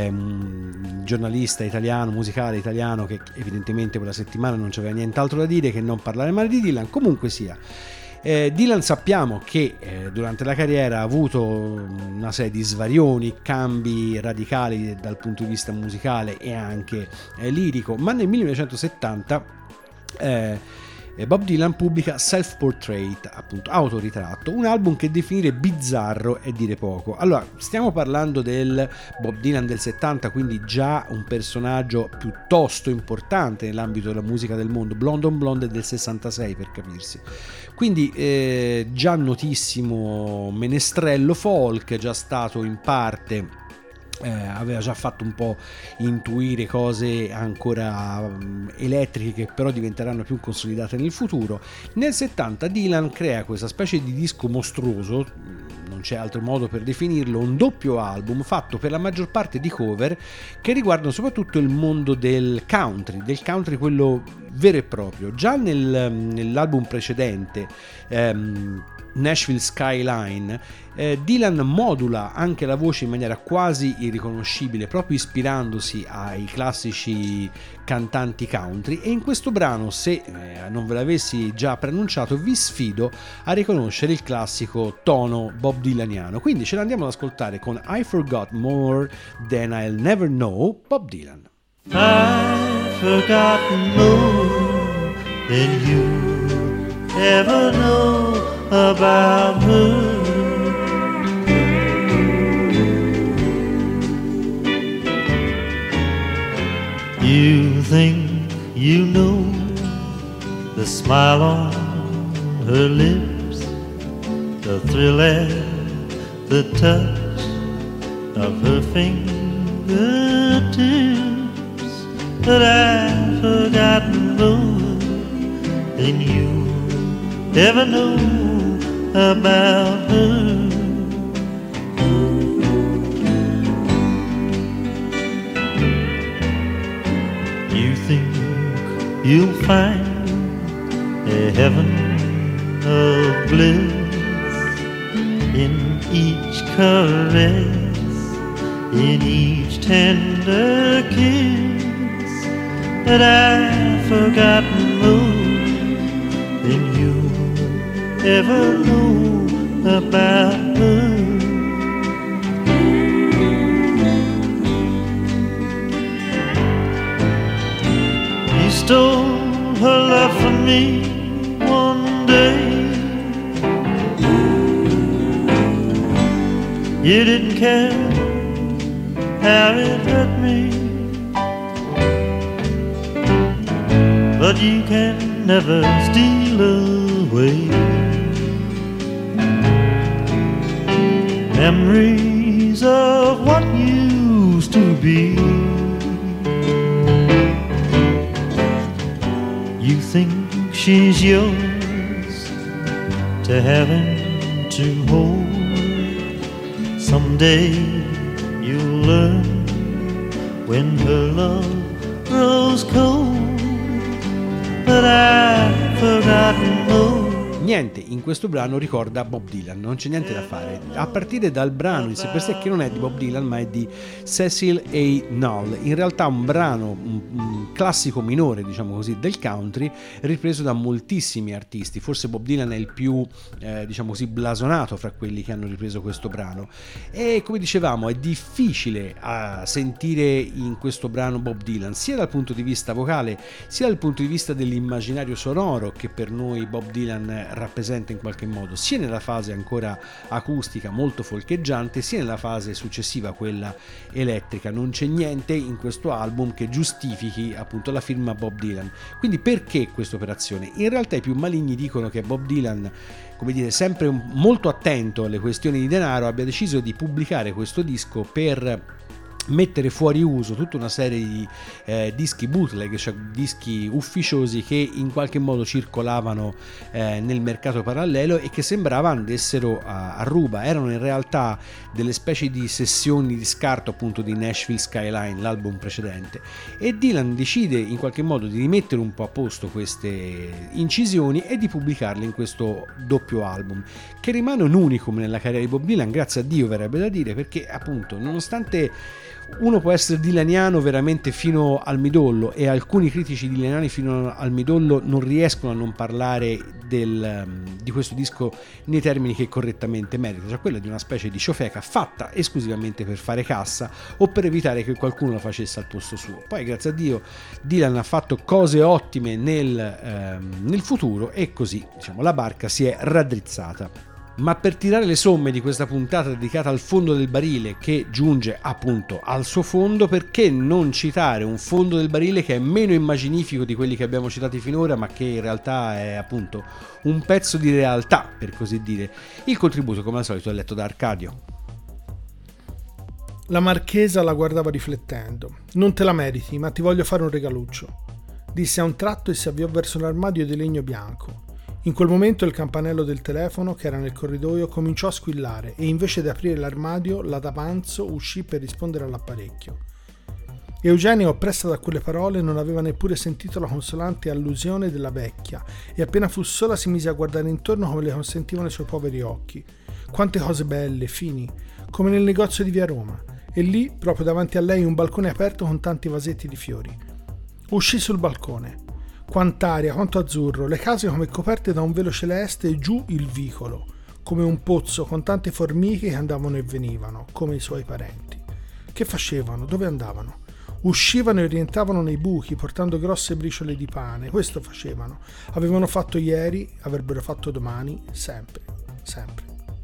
ehm, giornalista italiano, musicale italiano, che evidentemente quella settimana non c'aveva nient'altro da dire che non parlare male di Dylan. Comunque sia, eh, Dylan sappiamo che eh, durante la carriera ha avuto una serie di svarioni, cambi radicali dal punto di vista musicale e anche eh, lirico, ma nel millenovecentosettanta eh, Bob Dylan pubblica Self Portrait, appunto autoritratto, un album che definire bizzarro è dire poco. Allora, stiamo parlando del Bob Dylan del settanta, quindi già un personaggio piuttosto importante nell'ambito della musica del mondo. Blonde on Blonde è del sessantasei, per capirsi, quindi eh, già notissimo menestrello folk, è già stato in parte Eh, aveva già fatto un po' intuire cose ancora um, elettriche che però diventeranno più consolidate nel futuro. Nel settanta Dylan crea questa specie di disco mostruoso, non c'è altro modo per definirlo, un doppio album fatto per la maggior parte di cover che riguardano soprattutto il mondo del country, del country quello vero e proprio. Già nel, nell'album precedente, ehm, Nashville Skyline, eh, Dylan modula anche la voce in maniera quasi irriconoscibile, proprio ispirandosi ai classici cantanti country, e in questo brano, se eh, non ve l'avessi già preannunciato, vi sfido a riconoscere il classico tono Bob Dylaniano. Quindi ce l'andiamo ad ascoltare con I Forgot More Than I'll Never Know, Bob Dylan. I forgot more than you ever know about her. You think you know the smile on her lips, the thrill and the touch of her fingertips, but I've forgotten more than you ever know about her. You think you'll find a heaven of bliss in each caress, in each tender kiss, but I've forgotten more than you ever know about her. You stole her love from me one day. You didn't care how it hurt me, but you can never steal away memories of what used to be. You think she's yours to have and to hold. Someday you'll learn when her love grows cold, but I've forgotten more. Niente in questo brano ricorda Bob Dylan, non c'è niente da fare, a partire dal brano in sé per sé, che non è di Bob Dylan ma è di Cecil A. Null, in realtà un brano, un, un classico minore, diciamo così, del country, ripreso da moltissimi artisti. Forse Bob Dylan è il più eh, diciamo così blasonato fra quelli che hanno ripreso questo brano, e come dicevamo è difficile a sentire in questo brano Bob Dylan sia dal punto di vista vocale sia dal punto di vista dell'immaginario sonoro che per noi Bob Dylan rappresenta in qualche modo, sia nella fase ancora acustica molto folcheggiante sia nella fase successiva, quella elettrica. Non c'è niente in questo album che giustifichi appunto la firma Bob Dylan. Quindi perché questa operazione? In realtà i più maligni dicono che Bob Dylan, come dire, sempre molto attento alle questioni di denaro, abbia deciso di pubblicare questo disco per mettere fuori uso tutta una serie di eh, dischi bootleg, cioè dischi ufficiosi che in qualche modo circolavano eh, nel mercato parallelo e che sembrava andessero a, a ruba. Erano in realtà delle specie di sessioni di scarto appunto di Nashville Skyline, l'album precedente, e Dylan decide in qualche modo di rimettere un po' a posto queste incisioni e di pubblicarle in questo doppio album, che rimane un unicum nella carriera di Bob Dylan, grazie a Dio verrebbe da dire, perché appunto nonostante uno può essere dilaniano veramente fino al midollo, e alcuni critici dilaniani fino al midollo non riescono a non parlare del, di questo disco nei termini che correttamente merita, cioè quello di una specie di ciofeca fatta esclusivamente per fare cassa o per evitare che qualcuno la facesse al posto suo. Poi grazie a Dio Dylan ha fatto cose ottime nel, ehm, nel futuro, e così diciamo la barca si è raddrizzata. Ma per tirare le somme di questa puntata dedicata al fondo del barile, che giunge appunto al suo fondo, perché non citare un fondo del barile che è meno immaginifico di quelli che abbiamo citati finora, ma che in realtà è appunto un pezzo di realtà, per così dire. Il contributo, come al solito, è letto da Arcadio. La marchesa la guardava riflettendo. «Non te la meriti, ma ti voglio fare un regaluccio», disse a un tratto e si avviò verso l'armadio di legno bianco. In quel momento il campanello del telefono, che era nel corridoio, cominciò a squillare e invece di aprire l'armadio, la D'Avanzo uscì per rispondere all'apparecchio. Eugenia, oppressa da quelle parole, non aveva neppure sentito la consolante allusione della vecchia e appena fu sola si mise a guardare intorno come le consentivano i suoi poveri occhi. Quante cose belle, fini, come nel negozio di via Roma, e lì, proprio davanti a lei, un balcone aperto con tanti vasetti di fiori. Uscì sul balcone. Quant'aria, quanto azzurro, le case come coperte da un velo celeste e giù il vicolo, come un pozzo con tante formiche che andavano e venivano, come i suoi parenti. Che facevano? Dove andavano? Uscivano e rientravano nei buchi portando grosse briciole di pane, questo facevano. Avevano fatto ieri, avrebbero fatto domani, sempre, sempre.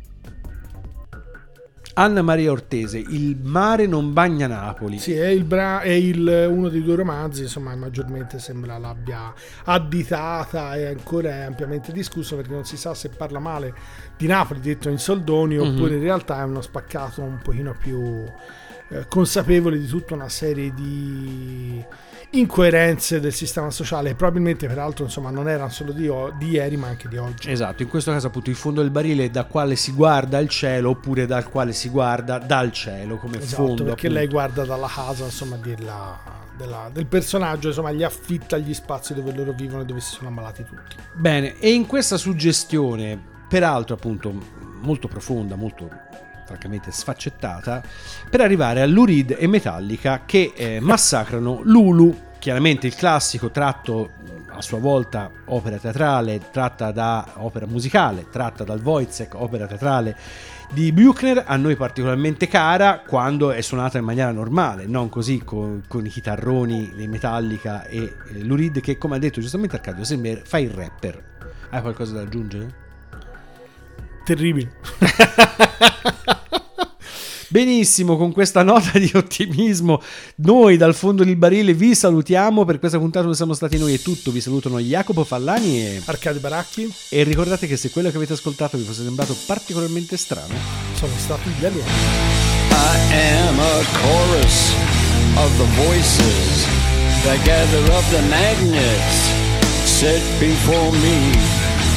Anna Maria Ortese, Il mare non bagna Napoli. Sì, è, il bra- è il, uno dei due romanzi, insomma, maggiormente sembra l'abbia additata e ancora è ampiamente discusso, perché non si sa se parla male di Napoli detto in soldoni, mm-hmm. oppure in realtà è uno spaccato un pochino più eh, consapevole di tutta una serie di incoerenze del sistema sociale, probabilmente peraltro insomma non erano solo di, o- di ieri ma anche di oggi. Esatto, in questo caso appunto il fondo del barile da quale si guarda il cielo, oppure dal quale si guarda dal cielo come esatto, fondo, perché appunto. Lei guarda dalla casa insomma della, della, del personaggio, insomma gli affitta gli spazi dove loro vivono e dove si sono ammalati tutti. Bene, e in questa suggestione peraltro appunto molto profonda, molto francamente sfaccettata, per arrivare a Lou Reed e Metallica che eh, massacrano Lulu, chiaramente il classico tratto a sua volta opera teatrale, tratta da opera musicale, tratta dal Wojciech, opera teatrale di Buchner, a noi particolarmente cara quando è suonata in maniera normale, non così con, con i chitarroni dei Metallica e eh, Lou Reed che, come ha detto giustamente Arcadio, sembra fa il rapper. Hai qualcosa da aggiungere? Terribile. Benissimo, con questa nota di ottimismo noi dal fondo del barile vi salutiamo. Per questa puntata non siamo stati noi, è tutto. Vi salutano Jacopo Fallani e Arcadio Baracchi. E ricordate che se quello che avete ascoltato vi fosse sembrato particolarmente strano, sono stati gli alieni. I am a chorus of the voices that gather up the magnets set before me.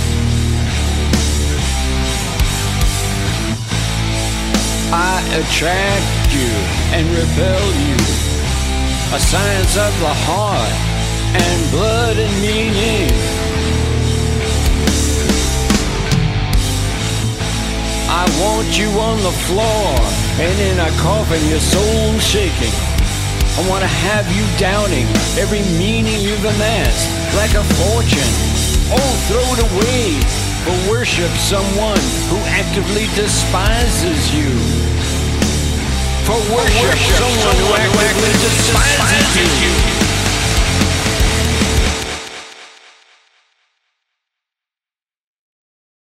I attract you and repel you, a science of the heart and blood and meaning. I want you on the floor and in a coffin, your soul shaking. I want to have you doubting every meaning you've amassed like a fortune. Oh, throw it away for worship someone who actively despises you. For worship, for worship someone, someone who actively despises you.